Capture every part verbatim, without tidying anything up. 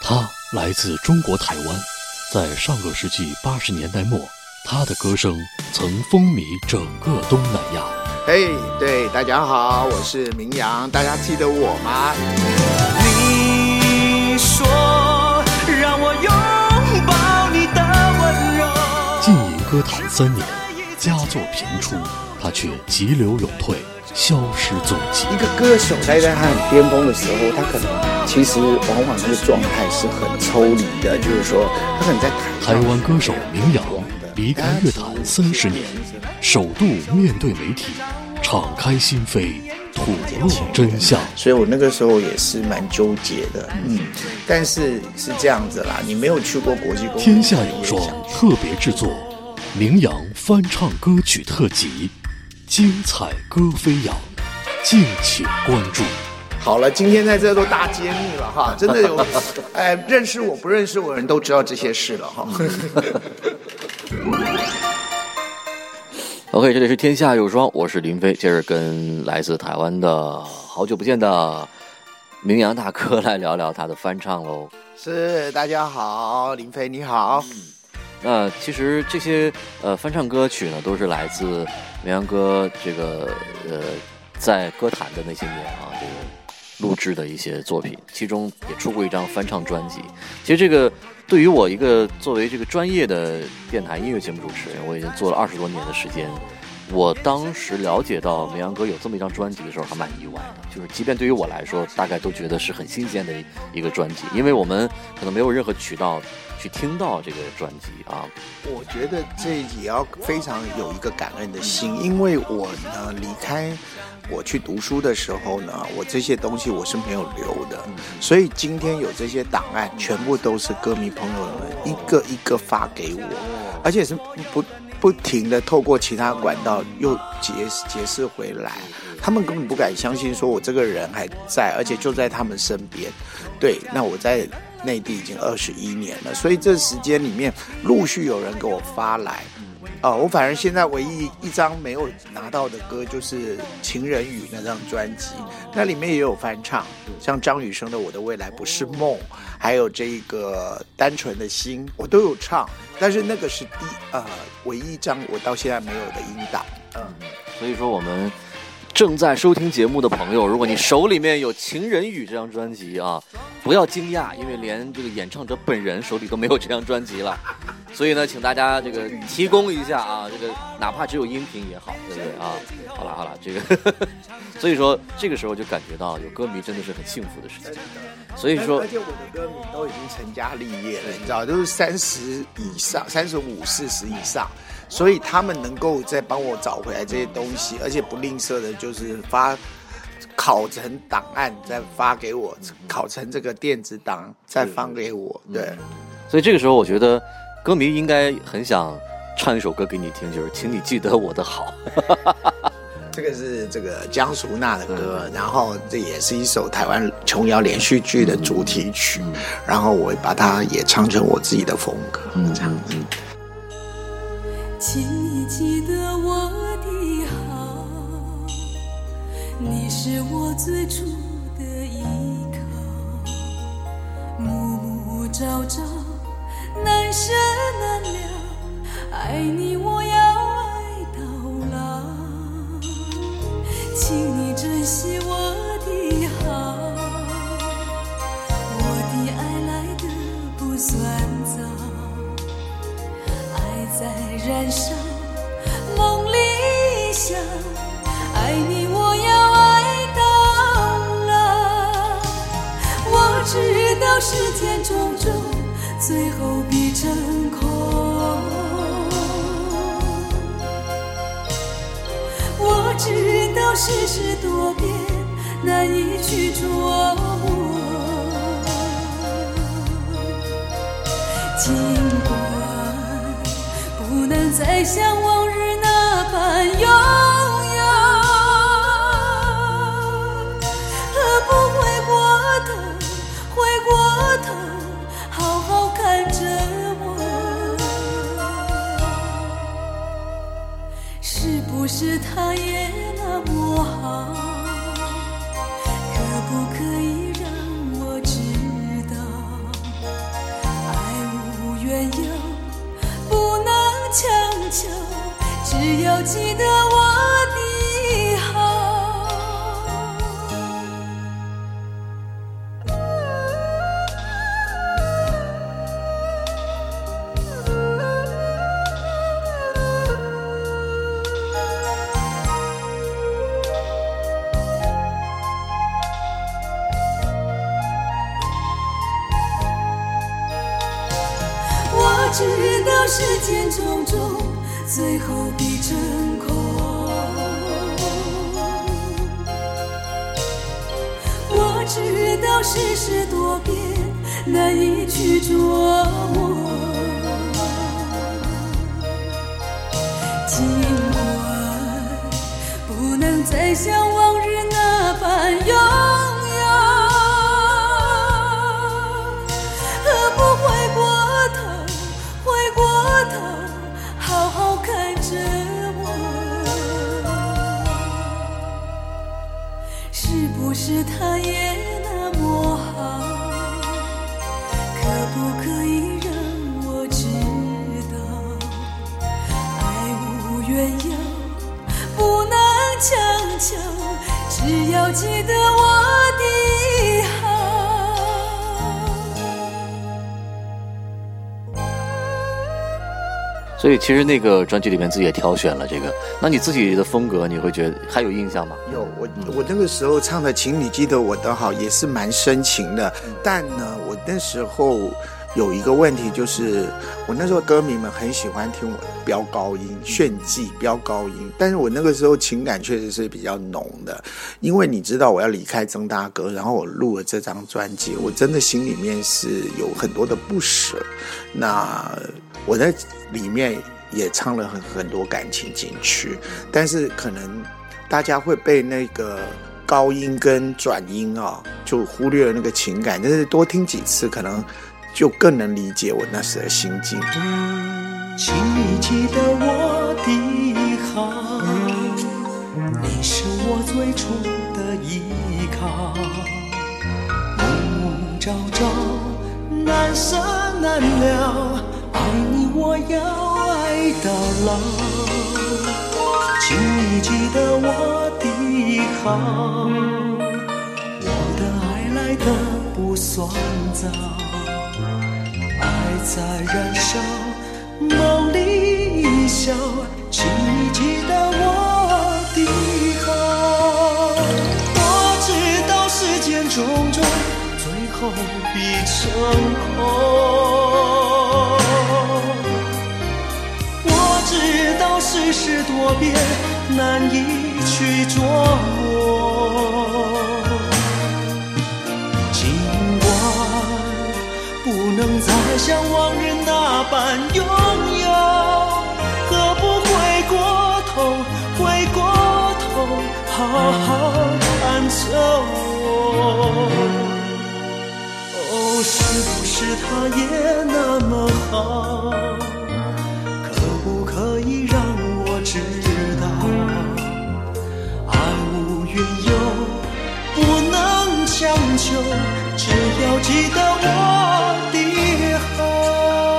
他来自中国台湾，在上个世纪八十年代末，他的歌声曾风靡整个东南亚。 嘿、hey, 对，大家好，我是明阳，大家记得我吗？ 你说让我拥抱你的温柔。 浸淫歌坛三年，佳作频出，他却急流勇退，消失踪迹。 一个歌手在在他很巅峰的时候，他可能其实往往那个状态是很抽离的，就是说他可能在台台湾歌手明阳离开乐坛三十年，首度面对媒体，敞开心扉，吐露真相。 所以我那个时候也是蛮纠结的，嗯，但是是这样子啦，你没有去过国际公园。 天下有双特别制作，明阳翻唱歌曲特辑，精彩歌飞扬，敬请关注。 好了，今天在这都大揭秘了哈，真的有，哎，认识我不认识我的人都知道这些事了哈。 OK， 这里是天下有双，我是林飞，接着跟来自台湾的好久不见的明阳大哥来聊聊他的翻唱喽。 是，大家好，林飞你好。 嗯，那其实这些呃翻唱歌曲呢，都是来自明阳哥这个呃在歌坛的那些年啊，这个录制的一些作品，其中也出过一张翻唱专辑。其实这个对于我一个作为这个专业的电台音乐节目主持人，我已经做了二十多年的时间。我当时了解到明阳哥有这么一张专辑的时候，还蛮意外的。就是即便对于我来说，大概都觉得是很新鲜的一个专辑，因为我们可能没有任何渠道去听到这个专辑啊。 我觉得这也要非常有一个感恩的心，因为我呢离开我去读书的时候呢，我这些东西我是没有留的，所以今天有这些档案，全部都是歌迷朋友们一个一个发给我，而且是不不停的透过其他管道又解解释回来，他们根本不敢相信说我这个人还在，而且就在他们身边。对，那我在内地已经二十一年了，所以这时间里面陆续有人给我发来。哦，我反而现在唯一一张没有拿到的歌就是《情人语》那张专辑，那里面也有翻唱，像张雨生的《我的未来不是梦》，还有这个《单纯的心》，我都有唱，但是那个是第呃唯一一张我到现在没有的音档。嗯， 所以说我们正在收听节目的朋友，如果你手里面有《情人语》这张专辑啊，不要惊讶，因为连这个演唱者本人手里都没有这张专辑了。所以呢，请大家这个提供一下啊，这个哪怕只有音频也好，对不对啊？好了好了，这个呵呵，所以说这个时候就感觉到有歌迷真的是很幸福的事情。所以说， 而且我的歌迷都已经成家立业了，你知道，都是三十以上、三十五、四十以上，所以他们能够再帮我找回来这些东西，而且不吝啬的，就是发拷成档案再发给我，拷成这个电子档再发给我。对， 所以这个时候我觉得歌迷应该很想唱一首歌给你听，就是请你记得我的好。 这个是这个江淑娜的歌，然后这也是一首台湾琼瑶连续剧的主题曲，嗯、然后我把它也唱成我自己的风格，嗯、这样子。 请你记得我的好，你是我最初的依靠，暮暮朝朝，难舍难了，爱你我要爱到老，请你珍惜我的好，我的爱来得不算早，爱在燃烧，梦里想，爱你我要爱到老，我知道世间种种最后必成空，我知道世事多变，难以去捉摸，尽管不能再像往日那般拥有，何不回过头，回过头好好看着我，是不是他也那么好，可不可以让我知道只要记得我的好。我知道世间种种，最后必成空。我知道世事多变，难以去琢磨。尽管不能再像往日那般拥有，何不回过头，回过头，好好看着我？是不是他也那么好？可不可以让我知道，爱无缘由，不能强求，只要记得我的好。 所以其实那个专辑里面自己也挑选了这个，那你自己的风格你会觉得还有印象吗？ 有，我我那个时候唱的《请你记得我的好》也是蛮深情的，但呢，我那时候有一个问题，就是我那时候歌迷们很喜欢听我飙高音、炫技、飙高音，但是我那个时候情感确实是比较浓的，因为你知道我要离开曾大哥，然后我录了这张专辑，我真的心里面是有很多的不舍。那我在里面也唱了很很多感情进去，但是可能大家会被那个高音跟转音啊，就忽略了那个情感，但是多听几次，可能就更能理解我那时的心境。 请你记得我的好，你是我最初的依靠。暮暮朝朝，难舍难了，爱你我要爱到老。请你记得我的好，我的爱来得不算早，爱在燃烧，梦里一笑，请你记得我的好。我知道世间种种，最后必成空。我知道世事多变，难以去琢磨。尽管不能再像往日那般拥有，何不回过头，回过头，好好看着我？哦，是不是他也那么好？可不可以让我知道，爱无缘由，不能强求，只要记得我的好。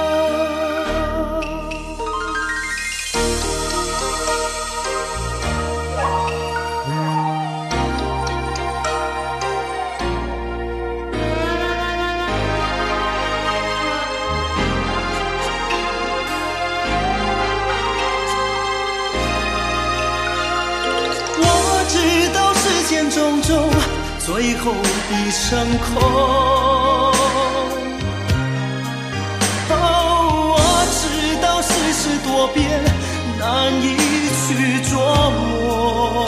我知道世间种种，最后必成空。哦，我知道世事多变，难以去琢磨。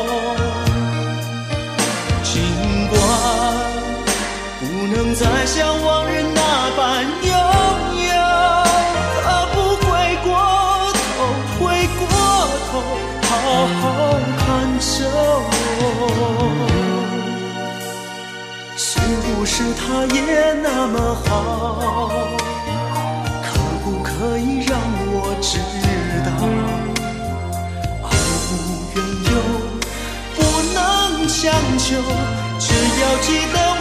尽管不能再像往日那般拥有，何不回过头，回过头，好好看着我？是不是他也那么好？可不可以让我知道，爱无缘由，不能强求，只要记得